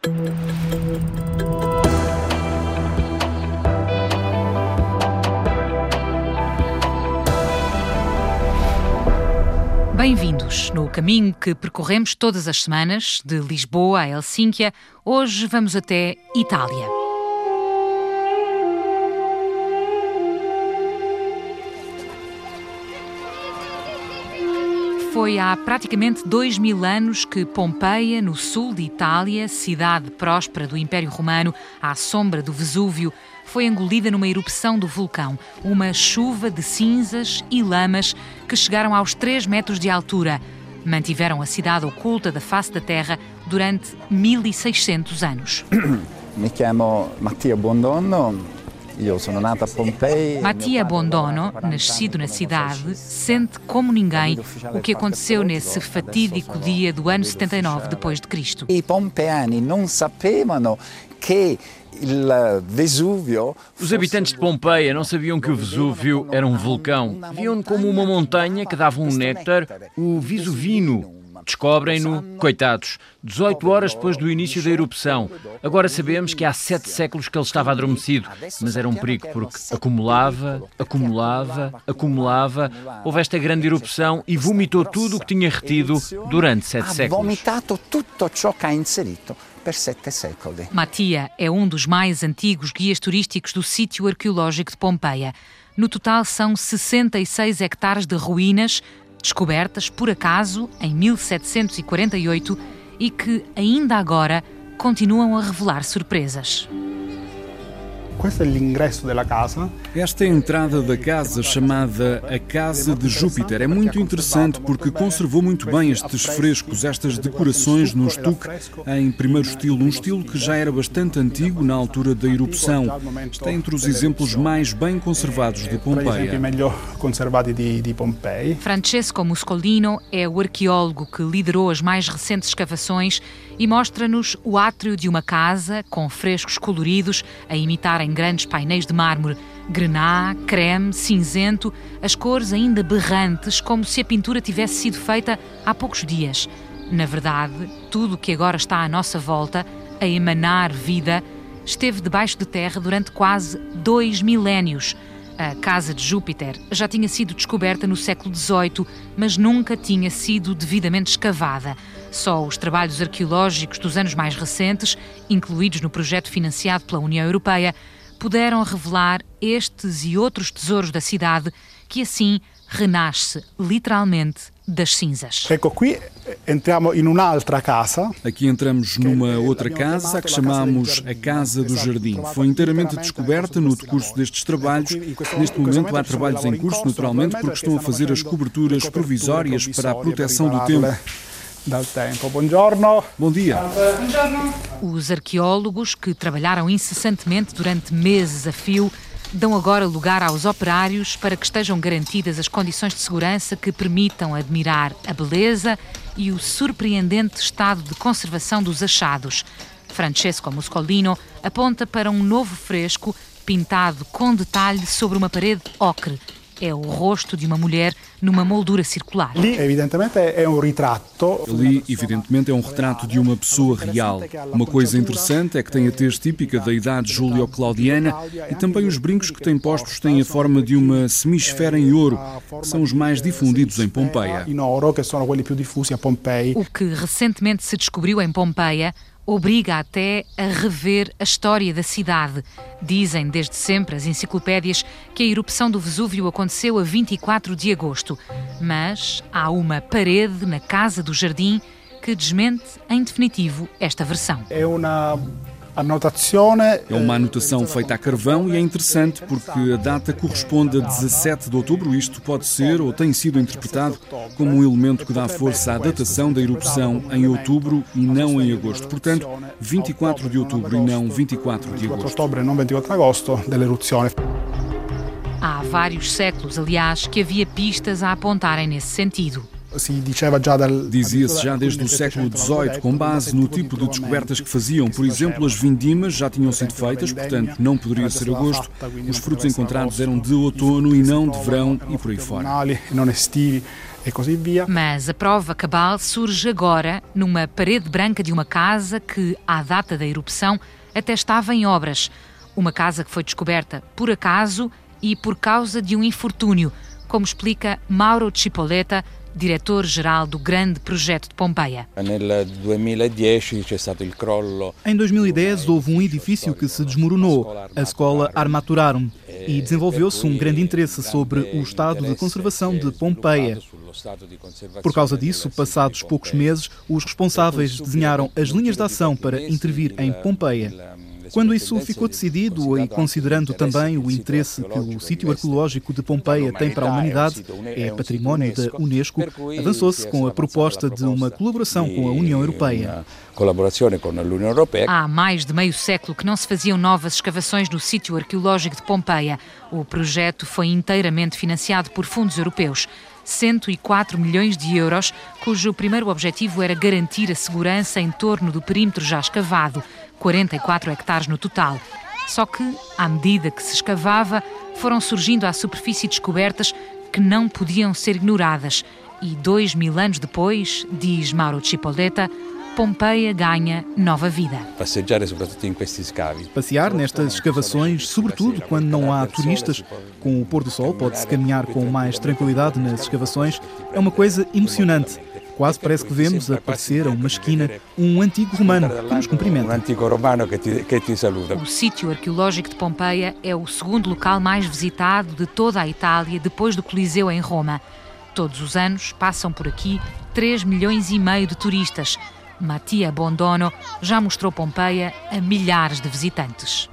Bem-vindos no caminho que percorremos todas as semanas, de Lisboa a Helsínquia. Hoje vamos até Itália. Foi há praticamente 2000 anos que Pompeia, no sul de Itália, cidade próspera do Império Romano, à sombra do Vesúvio, foi engolida numa erupção do vulcão, uma chuva de cinzas e lamas que chegaram aos 3 metros de altura. Mantiveram a cidade oculta da face da terra durante 1600 anos. Me chamo Mattia Bondono. Eu sou nata a Pompeia. Mattia Bondono, nascido na cidade, sente como ninguém o que aconteceu nesse fatídico dia do ano 79 depois de Cristo. I pompeani não sapevano que Os habitantes de Pompeia não sabiam que o Vesúvio era um vulcão. Viam-no como uma montanha que dava um néctar, o Vesuvino. Descobrem-no, coitados, 18 horas depois do início da erupção. Agora sabemos que há 7 séculos que ele estava adormecido, mas era um perigo porque acumulava. Houve esta grande erupção e vomitou tudo o que tinha retido durante 7 séculos. Vomitato tutto ciò che ha inserito per 7 secoli. Mattia é um dos mais antigos guias turísticos do sítio arqueológico de Pompeia. No total são 66 hectares de ruínas, descobertas por acaso em 1748 e que ainda agora continuam a revelar surpresas. Esta é a entrada da casa, chamada a Casa de Júpiter. É muito interessante porque conservou muito bem estes frescos, estas decorações no estuque em primeiro estilo, um estilo que já era bastante antigo na altura da erupção. Está entre os exemplos mais bem conservados de Pompeia. Francesco Muscolino é o arqueólogo que liderou as mais recentes escavações e mostra-nos o átrio de uma casa com frescos coloridos a imitarem grandes painéis de mármore, grená, creme, cinzento, as cores ainda berrantes, como se a pintura tivesse sido feita há poucos dias. Na verdade, tudo o que agora está à nossa volta, a emanar vida, esteve debaixo de terra durante quase 2 milénios. A Casa de Júpiter já tinha sido descoberta no século XVIII, mas nunca tinha sido devidamente escavada. Só os trabalhos arqueológicos dos anos mais recentes, incluídos no projeto financiado pela União Europeia, puderam revelar estes e outros tesouros da cidade que assim renasce literalmente das cinzas. Aqui entramos numa outra casa, a que chamamos a Casa do Jardim. Foi inteiramente descoberta no decurso destes trabalhos. Neste momento há trabalhos em curso, naturalmente, porque estão a fazer as coberturas provisórias para a proteção do tempo. Bom dia. Os arqueólogos, que trabalharam incessantemente durante meses a fio, dão agora lugar aos operários para que estejam garantidas as condições de segurança que permitam admirar a beleza e o surpreendente estado de conservação dos achados. Francesco Muscolino aponta para um novo fresco pintado com detalhe sobre uma parede ocre. É o rosto de uma mulher numa moldura circular. Ali, evidentemente, é um retrato de uma pessoa real. Uma coisa interessante é que tem a tez típica da idade julio-claudiana e também os brincos que tem postos têm a forma de uma semisfera em ouro, que são os mais difundidos em Pompeia. O que recentemente se descobriu em Pompeia obriga até a rever a história da cidade. Dizem desde sempre as enciclopédias que a erupção do Vesúvio aconteceu a 24 de agosto. Mas há uma parede na Casa do Jardim que desmente em definitivo esta versão. É uma anotação feita a carvão e é interessante porque a data corresponde a 17 de outubro. Isto pode ser ou tem sido interpretado como um elemento que dá força à datação da erupção em outubro e não em agosto. Portanto, 24 de outubro e não 24 de agosto. Há vários séculos, aliás, que havia pistas a apontarem nesse sentido. Dizia-se já desde o século XVIII, com base no tipo de descobertas que faziam. Por exemplo, as vindimas já tinham sido feitas, portanto não poderia ser agosto. Os frutos encontrados eram de outono e não de verão e por aí fora. Mas a prova cabal surge agora numa parede branca de uma casa que, à data da erupção, até estava em obras. Uma casa que foi descoberta por acaso e por causa de um infortúnio, como explica Mauro Cipolletta, diretor-geral do grande projeto de Pompeia. Em 2010 houve um edifício que se desmoronou, a escola Armaturarum, e desenvolveu-se um grande interesse sobre o estado de conservação de Pompeia. Por causa disso, passados poucos meses, os responsáveis desenharam as linhas de ação para intervir em Pompeia. Quando isso ficou decidido e considerando também o interesse que o sítio arqueológico de Pompeia tem para a humanidade, é património da Unesco, avançou-se com a proposta de uma colaboração com a União Europeia. Há mais de meio século que não se faziam novas escavações no sítio arqueológico de Pompeia. O projeto foi inteiramente financiado por fundos europeus. 104 milhões de euros, cujo primeiro objetivo era garantir a segurança em torno do perímetro já escavado, 44 hectares no total. Só que, à medida que se escavava, foram surgindo à superfície descobertas que não podiam ser ignoradas. E 2000 anos depois, diz Mauro Cipolletta, Pompeia ganha nova vida. Passear nestas escavações, sobretudo quando não há turistas, com o pôr do sol pode-se caminhar com mais tranquilidade nas escavações, é uma coisa emocionante. Quase parece que vemos aparecer a uma esquina um antigo romano que nos cumprimenta. O sítio arqueológico de Pompeia é o segundo local mais visitado de toda a Itália depois do Coliseu em Roma. Todos os anos passam por aqui 3,5 milhões de turistas. Mattia Bondono já mostrou Pompeia a milhares de visitantes.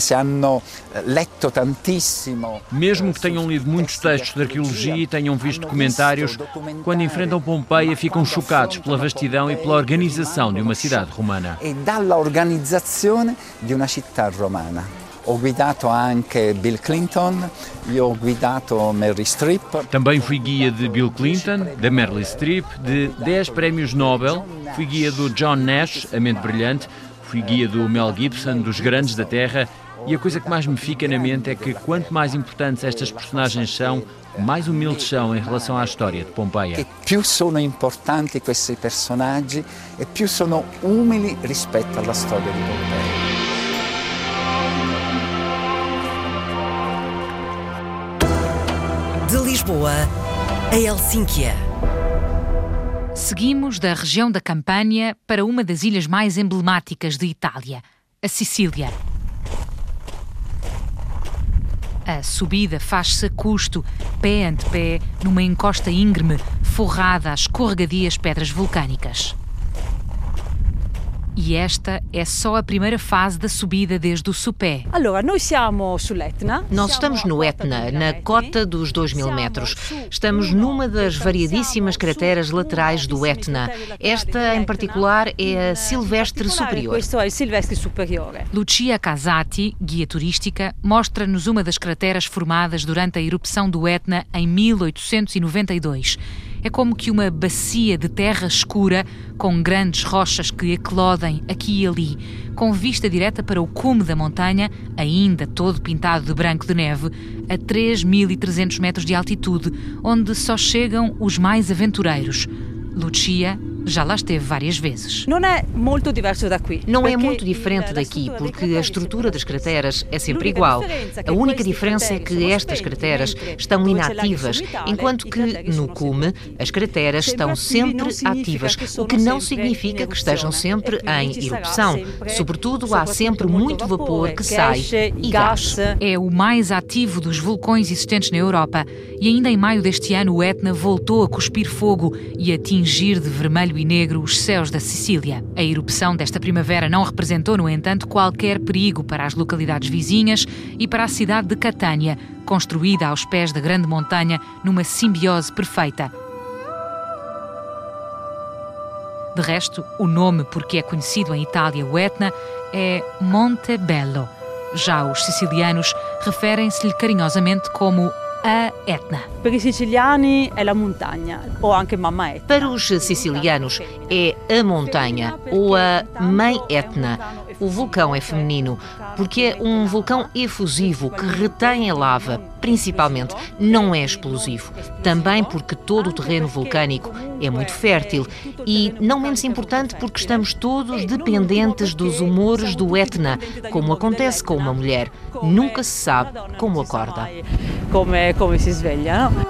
Mesmo que tenham lido muitos textos de arqueologia e tenham visto documentários, quando enfrentam Pompeia ficam chocados pela vastidão e pela organização de uma cidade romana. E dalla organizzazione di una città romana. Ho guidato anche Bill Clinton, io ho guidato Meryl Streep. Também fui guia de Bill Clinton, da Meryl Streep, de 10 prémios Nobel, fui guia do John Nash, a mente brilhante, fui guia do Mel Gibson, dos grandes da Terra, e a coisa que mais me fica na mente é que quanto mais importantes estas personagens são, mais humildes são em relação à história de Pompeia. E più sono importanti questi personaggi e più sono umili rispetto alla storia di Pompeia. De Lisboa a Helsínquia. Seguimos da região da Campânia para uma das ilhas mais emblemáticas de Itália, a Sicília. A subida faz-se a custo, pé ante pé, numa encosta íngreme, forrada às escorregadias pedras vulcânicas. E esta é só a primeira fase da subida desde o Supé. Nós estamos no Etna, na cota dos 2.000 metros. Estamos numa das variadíssimas crateras laterais do Etna. Esta, em particular, é a Silvestre Superior. Lucia Casati, guia turística, mostra-nos uma das crateras formadas durante a erupção do Etna em 1892. É como que uma bacia de terra escura, com grandes rochas que eclodem aqui e ali, com vista direta para o cume da montanha, ainda todo pintado de branco de neve, a 3.300 metros de altitude, onde só chegam os mais aventureiros. Lucia já lá esteve várias vezes. Não é muito diferente daqui, porque a estrutura das crateras é sempre igual. A única diferença é que estas crateras estão inativas, enquanto que no cume as crateras estão sempre ativas, o que não significa que estejam sempre em erupção. Sobretudo, há sempre muito vapor que sai e gás. É o mais ativo dos vulcões existentes na Europa e ainda em maio deste ano o Etna voltou a cuspir fogo e a tingir de vermelho e negro os céus da Sicília. A erupção desta primavera não representou, no entanto, qualquer perigo para as localidades vizinhas e para a cidade de Catânia, construída aos pés da grande montanha numa simbiose perfeita. De resto, o nome por que é conhecido em Itália o Etna é Monte Bello. Já os sicilianos referem-se-lhe carinhosamente como a Etna. Para os sicilianos é a montanha, ou anche mamma Etna. Para os sicilianos é a montanha ou a mãe Etna. O vulcão é feminino porque é um vulcão efusivo que retém a lava, principalmente. Não é explosivo. Também porque todo o terreno vulcânico é muito fértil e, não menos importante, porque estamos todos dependentes dos humores do Etna, como acontece com uma mulher. Nunca se sabe como acorda. Como se sveglia, não?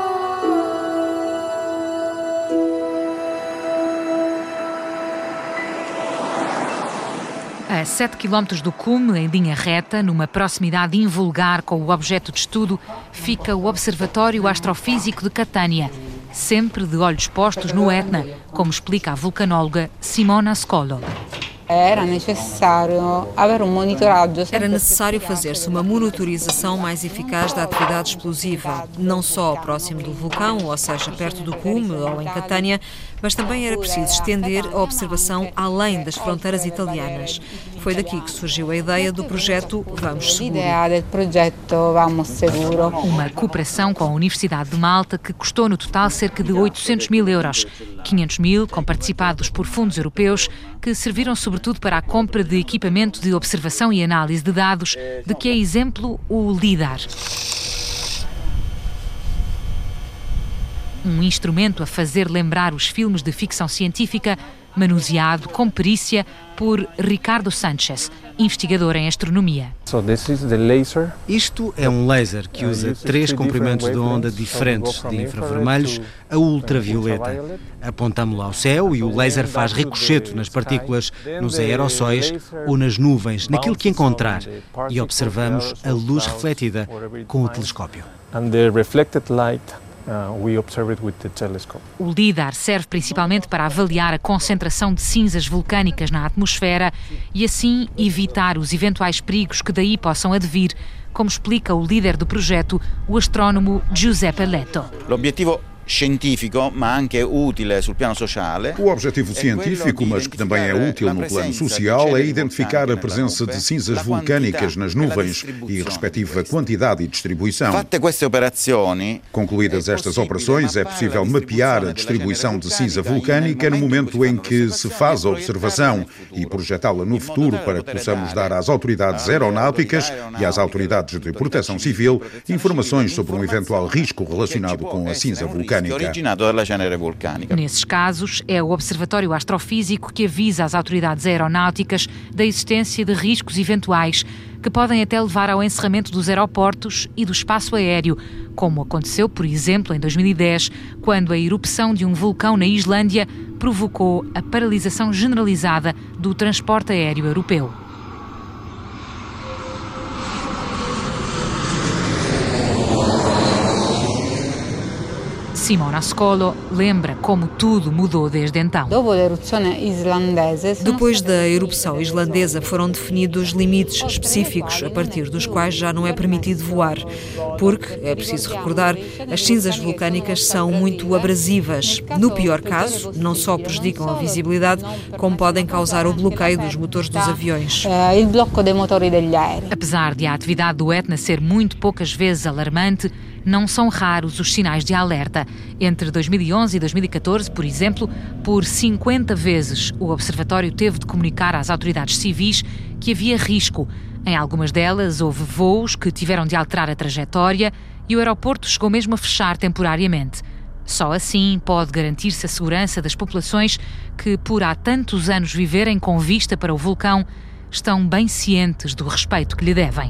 A 7 km do cume, em linha reta, numa proximidade invulgar com o objeto de estudo, fica o Observatório Astrofísico de Catania, sempre de olhos postos no Etna, como explica a vulcanóloga Simona Scolo. Era necessário fazer-se uma monitorização mais eficaz da atividade explosiva, não só próximo do vulcão, ou seja, perto do cume ou em Catania, mas também era preciso estender a observação além das fronteiras italianas. Foi daqui que surgiu a ideia do projeto Vamos Seguro. Uma cooperação com a Universidade de Malta que custou no total cerca de 800 mil euros, 500 mil comparticipados por fundos europeus que serviram sobretudo para a compra de equipamento de observação e análise de dados, de que é exemplo o LIDAR. Um instrumento a fazer lembrar os filmes de ficção científica, manuseado com perícia por Ricardo Sánchez, investigador em astronomia. Isto é um laser que usa 3 comprimentos de onda diferentes, de infravermelhos a ultravioleta. Apontamos-lo ao céu e o laser faz ricochete nas partículas, nos aerossóis ou nas nuvens, naquilo que encontrar, e observamos a luz refletida com o telescópio. O LIDAR serve principalmente para avaliar a concentração de cinzas vulcânicas na atmosfera e assim evitar os eventuais perigos que daí possam advir, como explica o líder do projeto, o astrónomo Giuseppe Leto. científico, ma anche utile sul piano sociale. O objetivo científico, mas que também é útil no plano social, é identificar a presença de cinzas vulcânicas nas nuvens e respectiva quantidade e distribuição. Concluídas estas operações, é possível mapear a distribuição de cinza vulcânica no momento em que se faz a observação e projetá-la no futuro para que possamos dar às autoridades aeronáuticas e às autoridades de proteção civil informações sobre um eventual risco relacionado com a cinza vulcânica. Nesses casos, é o Observatório Astrofísico que avisa às autoridades aeronáuticas da existência de riscos eventuais que podem até levar ao encerramento dos aeroportos e do espaço aéreo, como aconteceu, por exemplo, em 2010, quando a erupção de um vulcão na Islândia provocou a paralisação generalizada do transporte aéreo europeu. Simona Scolo lembra como tudo mudou desde então. Depois da erupção islandesa foram definidos limites específicos a partir dos quais já não é permitido voar, porque, é preciso recordar, as cinzas vulcânicas são muito abrasivas. No pior caso, não só prejudicam a visibilidade, como podem causar o bloqueio dos motores dos aviões. Apesar de a atividade do Etna ser muito poucas vezes alarmante, não são raros os sinais de alerta. Entre 2011 e 2014, por exemplo, por 50 vezes o observatório teve de comunicar às autoridades civis que havia risco. Em algumas delas, houve voos que tiveram de alterar a trajetória e o aeroporto chegou mesmo a fechar temporariamente. Só assim pode garantir-se a segurança das populações que, por há tantos anos viverem com vista para o vulcão, estão bem cientes do respeito que lhe devem.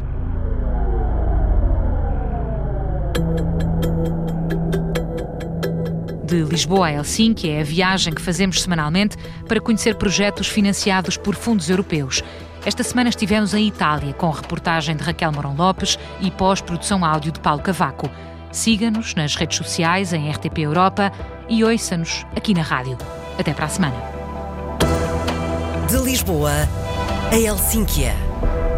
De Lisboa a Helsínquia é a viagem que fazemos semanalmente para conhecer projetos financiados por fundos europeus. Esta semana estivemos em Itália, com reportagem de Raquel Mourão Lopes e pós-produção áudio de Paulo Cavaco. Siga-nos nas redes sociais, em RTP Europa e ouça-nos aqui na rádio. Até para a semana. De Lisboa a Helsínquia.